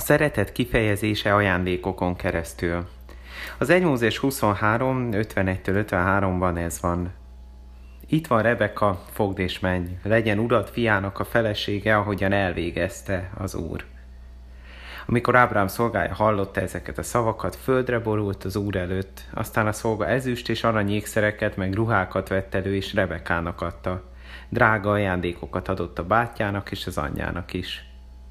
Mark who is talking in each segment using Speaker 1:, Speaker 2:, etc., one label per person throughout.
Speaker 1: szeretet kifejezése ajándékokon keresztül. Az 1 Mózes 23, 51-53-ban ez van. Itt van Rebeka, fogd és menj, legyen urad fiának a felesége, ahogyan elvégezte az Úr. Amikor Ábrám szolgája hallotta ezeket a szavakat, földre borult az Úr előtt, aztán a szolga ezüst és arany ékszereket meg ruhákat vett elő, és Rebekának adta. Drága ajándékokat adott a bátyjának és az anyjának is.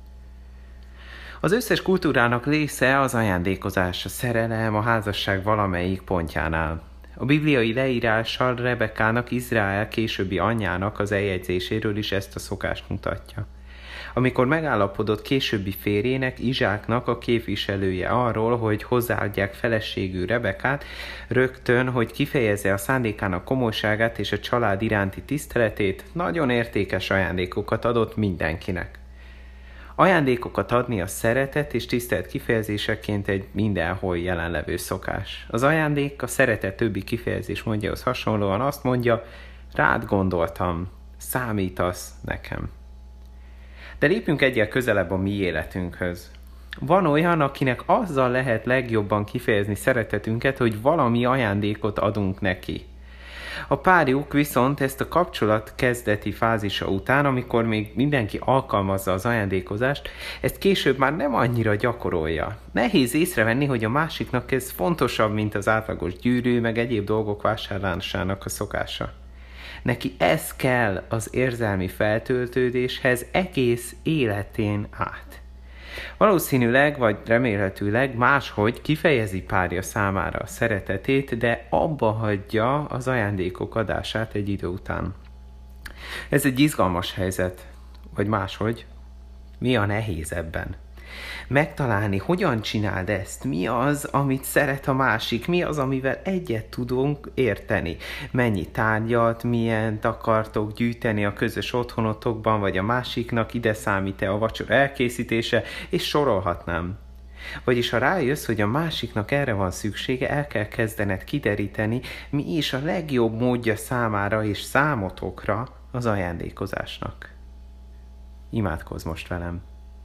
Speaker 1: Az összes kultúrának része az ajándékozás, a szerelem, a házasság valamelyik pontjánál. A bibliai leírással Rebekának, Izrael későbbi anyjának az eljegyzéséről is ezt a szokást mutatja. Amikor megállapodott későbbi férjének, Izsáknak a képviselője arról, hogy hozzáadják feleségül Rebekát, rögtön, hogy kifejezze a szándékának komolyságát és a család iránti tiszteletét, nagyon értékes ajándékokat adott mindenkinek. Ajándékokat adni a szeretet és tisztelet kifejezéseként egy mindenhol jelenlevő szokás. Az ajándék a szeretet többi kifejezés módjához hasonlóan azt mondja, rád gondoltam, számítasz nekem. De lépjünk egyel közelebb a mi életünkhöz. Van olyan, akinek azzal lehet legjobban kifejezni szeretetünket, hogy valami ajándékot adunk neki. A párjuk viszont ezt a kapcsolat kezdeti fázisa után, amikor még mindenki alkalmazza az ajándékozást, ezt később már nem annyira gyakorolja. Nehéz észrevenni, hogy a másiknak ez fontosabb, mint az átlagos gyűrű, meg egyéb dolgok vásárlásának a szokása. Neki ez kell az érzelmi feltöltődéshez egész életén át. Valószínűleg, vagy remélhetőleg máshogy kifejezi párja számára a szeretetét, de abba hagyja az ajándékok adását egy idő után. Ez egy izgalmas helyzet, vagy máshogy, mi a nehéz ebben? Megtalálni, hogyan csináld ezt, mi az, amit szeret a másik, mi az, amivel egyet tudunk érteni. Mennyi tárgyat, milyent akartok gyűjteni a közös otthonotokban, vagy a másiknak, ide számít-e a vacsora elkészítése, és sorolhatnám. Vagyis ha rájössz, hogy a másiknak erre van szüksége, el kell kezdened kideríteni, mi is a legjobb módja számára és számotokra az ajándékozásnak. Imádkozz most velem!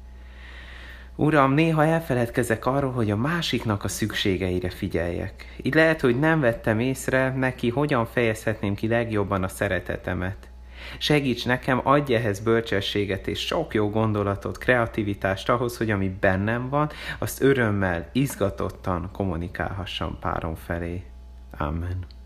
Speaker 1: Uram, néha elfeledkezek arról, hogy a másiknak a szükségeire figyeljek. Így lehet, hogy nem vettem észre neki, hogyan fejezhetném ki legjobban a szeretetemet. Segíts nekem, adj ehhez bölcsességet és sok jó gondolatot, kreativitást ahhoz, hogy ami bennem van, azt örömmel, izgatottan kommunikálhassam párom felé. Amen.